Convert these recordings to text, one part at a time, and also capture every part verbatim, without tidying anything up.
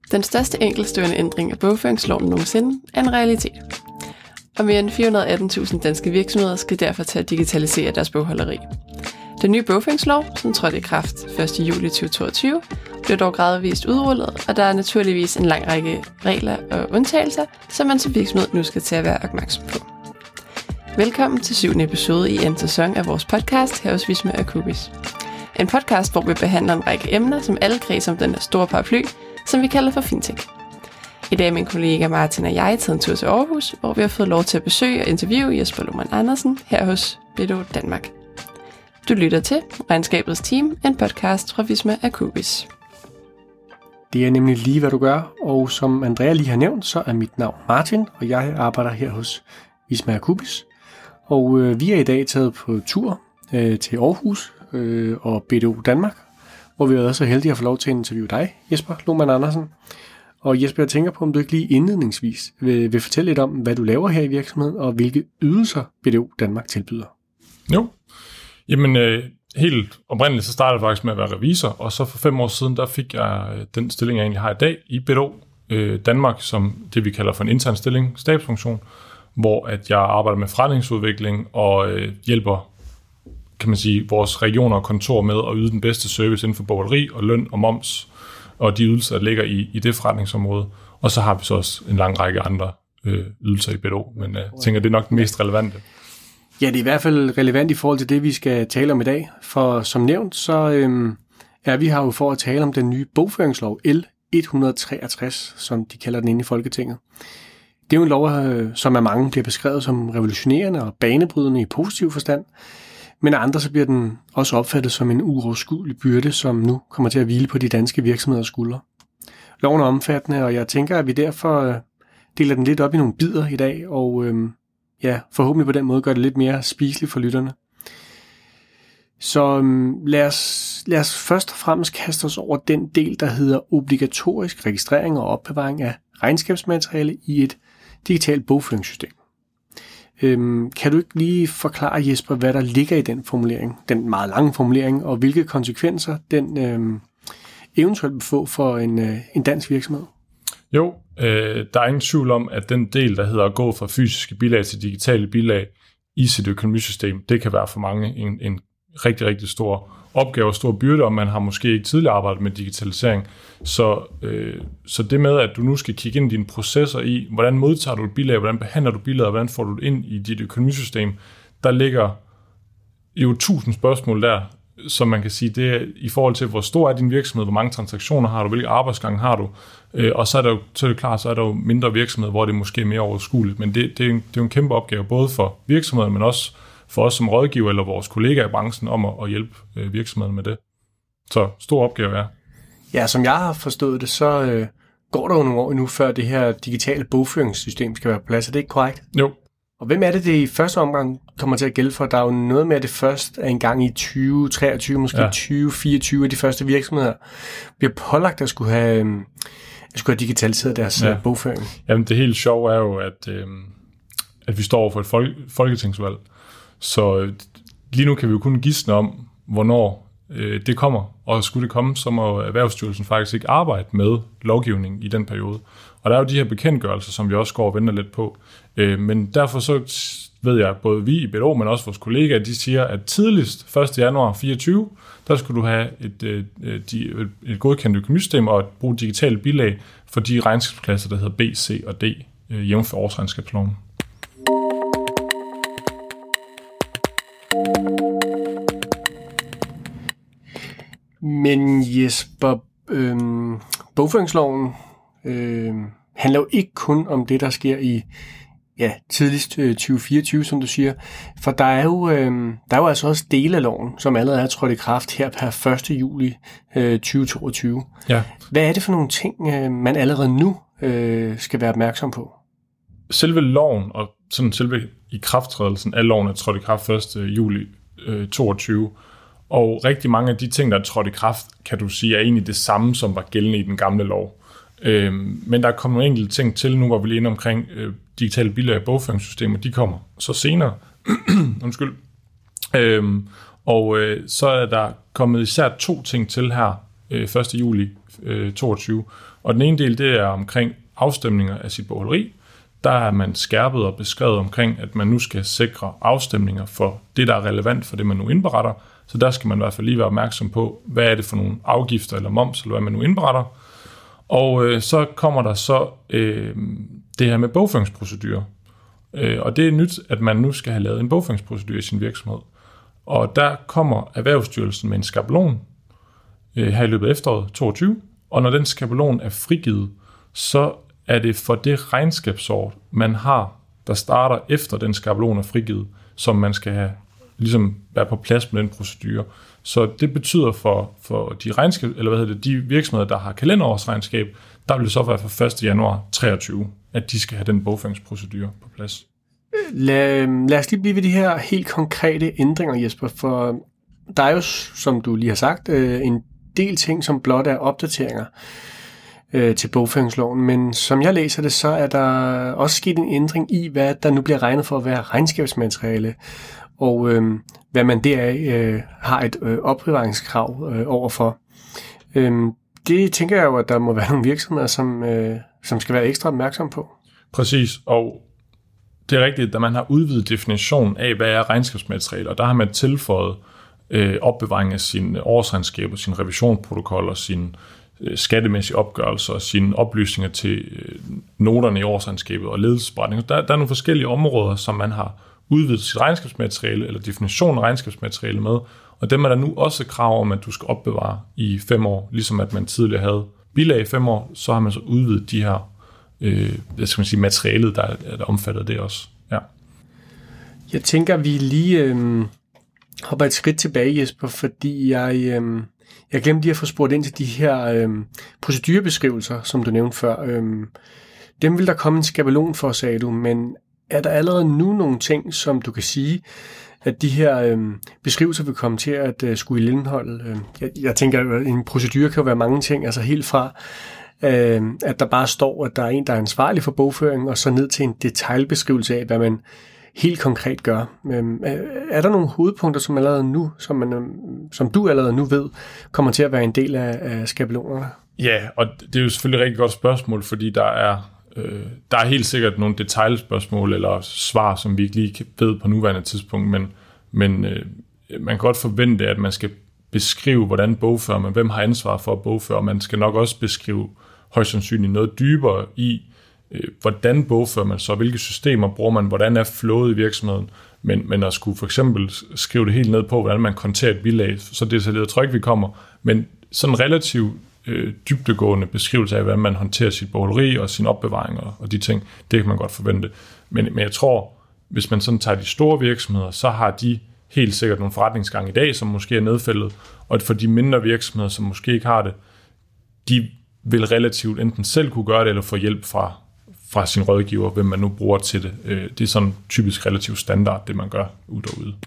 Den største enkeltstående ændring af bogføringsloven nogensinde er en realitet. Og mere end fire hundrede og atten tusind danske virksomheder skal derfor til at digitalisere deres bogholderi. Den nye bogføringslov, som trådte i kraft første juli to tusind og toogtyve, blev dog gradvist udrullet, og der er naturligvis en lang række regler og undtagelser, som man som virksomhed nu skal til at være opmærksom på. Velkommen til syvende episode i anden sæson af vores podcast her hos Visma Akubis. En podcast, hvor vi behandler en række emner, som alle kredser om den der store paraply, som vi kalder for fintech. I dag er min kollega Martin og jeg taget en tur til Aarhus, hvor vi har fået lov til at besøge og interviewe Jesper Lohmann Andersen her hos B D O Danmark. Du lytter til Regnskabets Team, en podcast fra Visma Akubis. Det er nemlig lige, hvad du gør, og som Andrea lige har nævnt, så er mit navn Martin, og jeg arbejder her hos Visma Akubis. Og øh, vi er i dag taget på tur øh, til Aarhus øh, og B D O Danmark, hvor vi er også så heldige at få lov til at interviewe dig, Jesper Lohmann Andersen. Og Jesper, jeg tænker på, om du ikke lige indledningsvis vil, vil fortælle lidt om, hvad du laver her i virksomheden, og hvilke ydelser B D O Danmark tilbyder. Jo, jamen øh, helt oprindeligt så startede jeg faktisk med at være revisor, og så for fem år siden, der fik jeg øh, den stilling, jeg egentlig har i dag i B D O øh, Danmark, som det vi kalder for en intern stilling, stabsfunktion, hvor at jeg arbejder med forretningsudvikling og øh, hjælper, kan man sige, vores regioner og kontor med at yde den bedste service inden for bogholderi og løn og moms, og de ydelser, der ligger i, i det forretningsområde. Og så har vi så også en lang række andre øh, ydelser i B D O, men jeg øh, tænker, det er nok den mest relevante. Ja, det er i hvert fald relevant i forhold til det, vi skal tale om i dag. For som nævnt, så øh, er vi her jo for at tale om den nye bogføringslov, L et hundrede og treogtres, som de kalder den inde i Folketinget. Det er jo en lov, øh, som af mange bliver beskrevet som revolutionerende og banebrydende i positiv forstand, men af andre så bliver den også opfattet som en uoverskuelig byrde, som nu kommer til at hvile på de danske virksomheders skuldre. Loven er omfattende, og jeg tænker, at vi derfor deler den lidt op i nogle bidder i dag, og øh, ja, forhåbentlig på den måde gør det lidt mere spiseligt for lytterne. Så øh, lad, os, lad os først og fremmest kaste os over den del, der hedder obligatorisk registrering og opbevaring af regnskabsmateriale i et digitalt bogføringssystem. Øhm, kan du ikke lige forklare, Jesper, hvad der ligger i den formulering, den meget lange formulering, og hvilke konsekvenser den øhm, eventuelt vil få for en, øh, en dansk virksomhed? Jo, øh, der er ingen tvivl om, at den del, der hedder at gå fra fysiske bilag til digitale bilag i sit økonomisystem, det kan være for mange en, en rigtig, rigtig stor opgave og stor byrde, og man har måske ikke tidligere arbejdet med digitalisering. Så, øh, så det med, at du nu skal kigge ind i dine processer i, hvordan modtager du et bilag, hvordan behandler du bilaget, hvordan får du det ind i dit økonomisystem, der ligger jo tusind spørgsmål der, som man kan sige, det er i forhold til, hvor stor er din virksomhed, hvor mange transaktioner har du, hvilke arbejdsgange har du, øh, og så er, der jo, så er det klart, så er der jo mindre virksomheder, hvor det måske er mere overskueligt, men det, det, er, en, det er jo en kæmpe opgave, både for virksomheden, men også for os som rådgiver eller vores kollegaer i branchen om at, at hjælpe øh, virksomheden med det. Så stor opgave er. Ja, som jeg har forstået det, så øh, går der jo nogle år endnu, før det her digitale bogføringssystem skal være på plads. Er det ikke korrekt? Jo. Og hvem er det, det i første omgang kommer til at gælde for? Der er jo noget med, at det først er en gang i tyve treogtyve, måske ja. tyve fireogtyve af de første virksomheder bliver pålagt at skulle have, øh, at skulle have digitaliseret deres ja. bogføring. Jamen det helt sjove er jo, at, øh, at vi står over for et fol- folketingsvalg. Så lige nu kan vi jo kun gisne om, hvornår øh, det kommer, og skulle det komme, så må Erhvervsstyrelsen faktisk ikke arbejde med lovgivning i den periode. Og der er jo de her bekendtgørelser, som vi også går og venter lidt på. Øh, men derfor så ved jeg, at både vi i B D O, men også vores kollegaer, de siger, at tidligst første januar fireogtyve, der skulle du have et, et, et, et godkendt økonomisystem og bruge digitale bilag for de regnskabsklasser, der hedder B, C og D, øh, jævnfør årsregnskabsloven. Men Jesper, øh, bogføringsloven øh, handler jo ikke kun om det, der sker i ja, tidligst øh, tyve fireogtyve, som du siger. For der er, jo, øh, der er jo altså også dele af loven, som allerede er trådt i kraft her per første juli øh, tyve toogtyve. Ja. Hvad er det for nogle ting, øh, man allerede nu øh, skal være opmærksom på? Selve loven og sådan selve ikrafttrædelsen af loven er trådt i kraft første juli toogtyve. Og rigtig mange af de ting, der er trådt i kraft, kan du sige, er egentlig det samme, som var gældende i den gamle lov. Øhm, men der er kommet nogle enkelte ting til, nu var vi lige inde omkring øh, digitale bilag og bogføringssystemer, de kommer så senere. Undskyld. Øhm, og øh, så er der kommet især to ting til her øh, første juli øh, toogtyve. Og den ene del, det er omkring afstemninger af sit bogholderi. Der er man skærpet og beskrevet omkring, at man nu skal sikre afstemninger for det, der er relevant for det, man nu indberetter. Så der skal man i hvert fald lige være opmærksom på, hvad er det for nogle afgifter eller moms, eller hvad man nu indberetter. Og øh, så kommer der så øh, det her med bogføringsprocedurer. Øh, og det er nyt, at man nu skal have lavet en bogføringsprocedure i sin virksomhed. Og der kommer Erhvervsstyrelsen med en skabelon øh, her i løbet af efteråret toogtyve. Og når den skabelon er frigivet, så er det for det regnskabsår, man har, der starter efter den skabelon er frigivet, som man skal have ligesom være på plads med den procedure. Så det betyder for, for de, regnskab, eller hvad hedder det, de virksomheder, der har kalenderårsregnskab, der vil det så være fra første januar treogtyve, at de skal have den bogføringsprocedure på plads. Lad, lad os lige blive ved de her helt konkrete ændringer, Jesper, for der er jo, som du lige har sagt, en del ting, som blot er opdateringer til bogføringsloven, men som jeg læser det, så er der også sket en ændring i, hvad der nu bliver regnet for at være regnskabsmateriale, og øh, hvad man deraf øh, har et øh, opbevaringskrav øh, overfor. Øh, det tænker jeg jo, at der må være nogle virksomheder, som, øh, som skal være ekstra opmærksom på. Præcis, og det er rigtigt, at man har udvidet definitionen af, hvad er regnskabsmateriale, og der har man tilføjet øh, opbevaring af sine årsregnskaber, sine revisionsprotokoller, sine øh, skattemæssige opgørelser, sine oplysninger til øh, noterne i årsregnskabet og ledelsesberetninger. Der, der er nogle forskellige områder, som man har udvidet sit regnskabsmateriale, eller definitionen af regnskabsmateriale med, og dem er der nu også krav om, at du skal opbevare i fem år, ligesom at man tidligere havde bilag i fem år, så har man så udvidet de her, øh, hvad skal man sige, materialet, der er der omfattet det også. Ja. Jeg tænker, vi lige øh, hopper et skridt tilbage, Jesper, fordi jeg, øh, jeg glemte lige at få spurgt ind til de her øh, procedurebeskrivelser, som du nævnte før. Øh, dem vil der komme en skabelon for, sagde du, men er der allerede nu nogle ting, som du kan sige, at de her øh, beskrivelser vil komme til at øh, skulle indeholde? Øh, jeg, jeg tænker, at en procedure kan jo være mange ting, altså helt fra, øh, at der bare står, at der er en, der er ansvarlig for bogføring, og så ned til en detaljbeskrivelse af, hvad man helt konkret gør. Øh, er der nogle hovedpunkter, som allerede nu, som, man, øh, som du allerede nu ved, kommer til at være en del af, af skabelonerne? Ja, og det er jo selvfølgelig et rigtig godt spørgsmål, fordi der er Øh, der er helt sikkert nogle detaljspørgsmål eller svar, som vi ikke lige ved på nuværende tidspunkt, men, men øh, man kan godt forvente, at man skal beskrive, hvordan bogfører man, hvem har ansvar for at bogføre, man skal nok også beskrive højst sandsynligt noget dybere i, øh, hvordan bogfører man så, hvilke systemer bruger man, hvordan er flowet i virksomheden, men, men at skulle for eksempel skrive det helt ned på, hvordan man konterer et bilag, så det er tror jeg ikke, vi kommer, men sådan relativt øh, dybdegående beskrivelse af, hvordan man håndterer sit bogholderi og sin opbevaring og, og de ting, det kan man godt forvente. Men, men jeg tror, hvis man sådan tager de store virksomheder, så har de helt sikkert nogle forretningsgange i dag, som måske er nedfældet, og for de mindre virksomheder, som måske ikke har det, de vil relativt enten selv kunne gøre det, eller få hjælp fra, fra sin rådgiver, hvem man nu bruger til det. Det er sådan typisk relativt standard, det man gør ud og ude.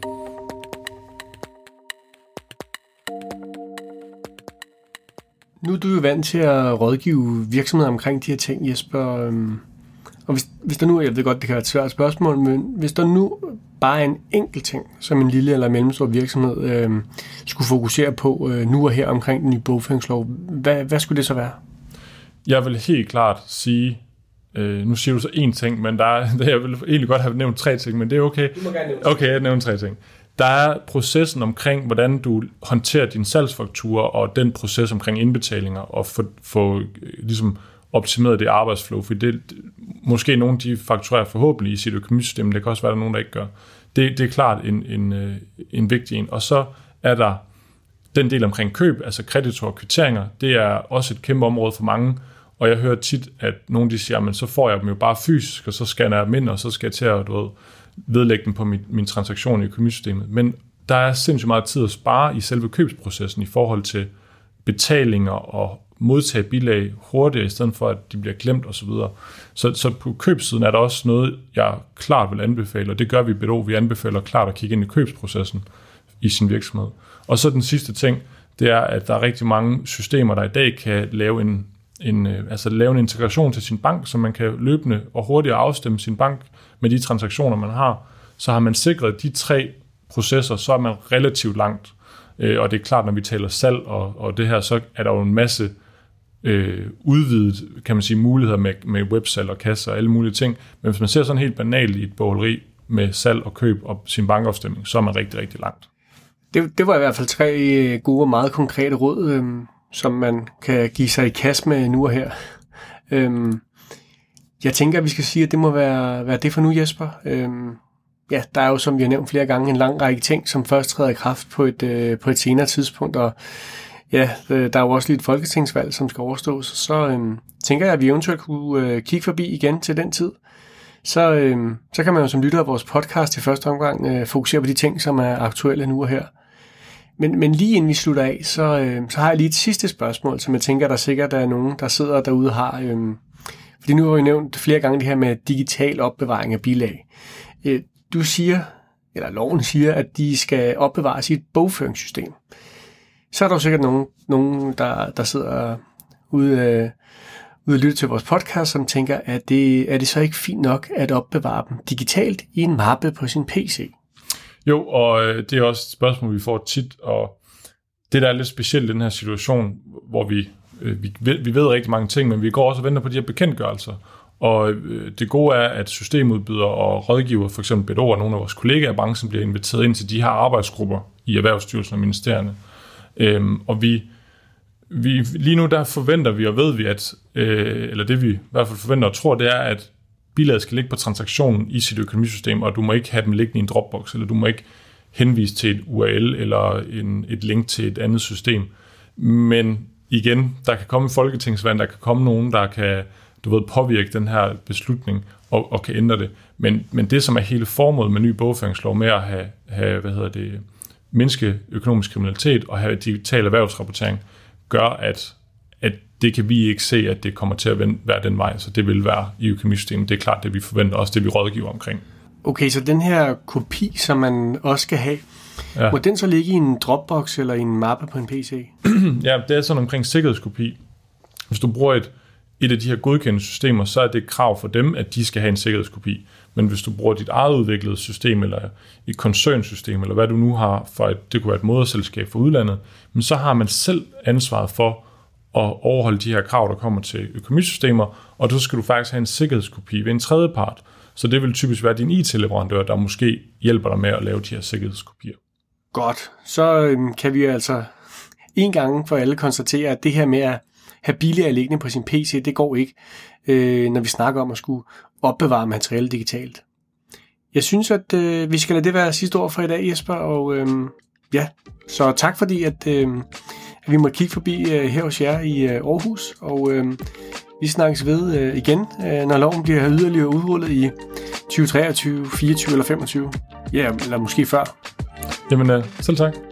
Nu er du jo vant til at rådgive virksomheder omkring de her ting, Jesper. Og hvis, hvis der nu, jeg ved godt, det kan være et svært spørgsmål, men hvis der nu bare er en enkelt ting, som en lille eller mellemstor virksomhed øh, skulle fokusere på øh, nu og her omkring den nye bogføringslov, hvad, hvad skulle det så være? Jeg vil helt klart sige, øh, nu siger du så én ting, men der er, jeg vil egentlig godt have nævnt tre ting, men det er okay. Du må gerne nævne Okay, jeg nævner tre ting. Der er processen omkring, hvordan du håndterer din salgsfakturer, og den proces omkring indbetalinger, og få, få ligesom optimeret det arbejdsflow, for det måske nogle de fakturerer forhåbentlig i sit økonomisystem, men det kan også være, der er nogen, der ikke gør. Det, det er klart en, en, en vigtig en. Og så er der den del omkring køb, altså kreditor og kvitteringer, det er også et kæmpe område for mange, og jeg hører tit, at nogen de siger, men så får jeg dem jo bare fysisk, og så scanner jeg dem ind, og så skal jeg til at du ved, vedlægge dem på min, min transaktion i økonomisystemet. Men der er sindssygt meget tid at spare i selve købsprocessen i forhold til betalinger og modtage bilag hurtigere, i stedet for, at de bliver glemt osv. Så, så på købssiden er der også noget, jeg klart vil anbefale, og det gør vi i B D O. Vi anbefaler klart at kigge ind i købsprocessen i sin virksomhed. Og så den sidste ting, det er, at der er rigtig mange systemer, der i dag kan lave en, en, altså lave en integration til sin bank, så man kan løbende og hurtigere afstemme sin bank med de transaktioner, man har. Så har man sikret de tre processer, så er man relativt langt. Øh, og det er klart, når vi taler salg og, og det her, så er der jo en masse øh, udvidet, kan man sige, muligheder med, med websalg og kasser og alle mulige ting. Men hvis man ser sådan helt banalt i et bogholderi med salg og køb og sin bankafstemning, så er man rigtig, rigtig langt. Det, det var i hvert fald tre gode og meget konkrete råd, øhm, som man kan give sig i kast med nu og her. Øhm, jeg tænker, at vi skal sige, at det må være, være det for nu, Jesper. Øhm, ja, der er jo, som vi har nævnt flere gange, en lang række ting, som først træder i kraft på et, øh, på et senere tidspunkt, og ja, der er jo også lige et folketingsvalg, som skal overstås. Så øhm, tænker jeg, at vi eventuelt kunne øh, kigge forbi igen til den tid. Så, øhm, så kan man jo som lytter af vores podcast i første omgang øh, fokusere på de ting, som er aktuelle nu og her. Men, men lige inden vi slutter af, så, øh, så har jeg lige et sidste spørgsmål, som jeg tænker, der sikkert er nogen, der sidder derude og har. Øh, fordi nu har vi nævnt flere gange det her med digital opbevaring af bilag. Øh, du siger, eller loven siger, at de skal opbevares i et bogføringssystem. Så er der jo sikkert nogen, nogen der, der sidder ude, øh, ude og lytter til vores podcast, som tænker, at det, er det så ikke fint nok at opbevare dem digitalt i en mappe på sin P C? Jo, og det er også et spørgsmål, vi får tit, og det, der er lidt specielt i den her situation, hvor vi, vi, vi ved rigtig mange ting, men vi går også og venter på de her bekendtgørelser. Og det gode er, at systemudbydere og rådgiver, for eksempel B D O og nogle af vores kollegaer i branchen, bliver inviteret ind til de her arbejdsgrupper i Erhvervsstyrelsen og ministerierne. Øhm, og vi, vi, lige nu der forventer vi og ved vi, at, øh, eller det vi i hvert fald forventer og tror, det er, at bilaget skal ligge på transaktionen i sit økonomisystem, og du må ikke have dem liggende i en Dropbox, eller du må ikke henvise til et U R L eller en, et link til et andet system. Men igen, der kan komme folketingsvalg, der kan komme nogen, der kan du ved, påvirke den her beslutning og, og kan ændre det. Men, men det, som er hele formålet med ny bogføringslov, med at have, have hvad hedder det, mindske økonomisk kriminalitet og have digital erhvervsrapportering, gør, at, at det kan vi ikke se, at det kommer til at være den vej, så det vil være i økonomisystemet. Det er klart det, vi forventer, også det, vi rådgiver omkring. Okay, så den her kopi, som man også skal have, ja. Må den så ligge i en Dropbox eller i en mappe på en P C? Ja, det er sådan omkring sikkerhedskopi. Hvis du bruger et, et af de her godkendte systemer, så er det et krav for dem, at de skal have en sikkerhedskopi. Men hvis du bruger dit eget udviklede system, eller et koncernsystem, eller hvad du nu har, for et, det kunne være et moderselskab for udlandet, men så har man selv ansvaret for at overholde de her krav, der kommer til økonomisystemer, og så skal du faktisk have en sikkerhedskopi ved en tredje part. Så det vil typisk være din I T-leverandør, der måske hjælper dig med at lave de her sikkerhedskopier. Godt. Så øhm, kan vi altså en gang for alle konstatere, at det her med at have bilager liggende på sin P C, det går ikke, øh, når vi snakker om at skulle opbevare materiale digitalt. Jeg synes, at øh, vi skal lade det være sidste ord for i dag, Jesper, og øh, ja, så tak fordi, at, øh, at vi må kigge forbi øh, her hos jer i øh, Aarhus, og øh, vi snakkes ved øh, igen, øh, når loven bliver yderligere udrullet i tyve treogtyve, fireogtyve eller femogtyve. Ja, eller måske før. Jamen, øh, selv tak.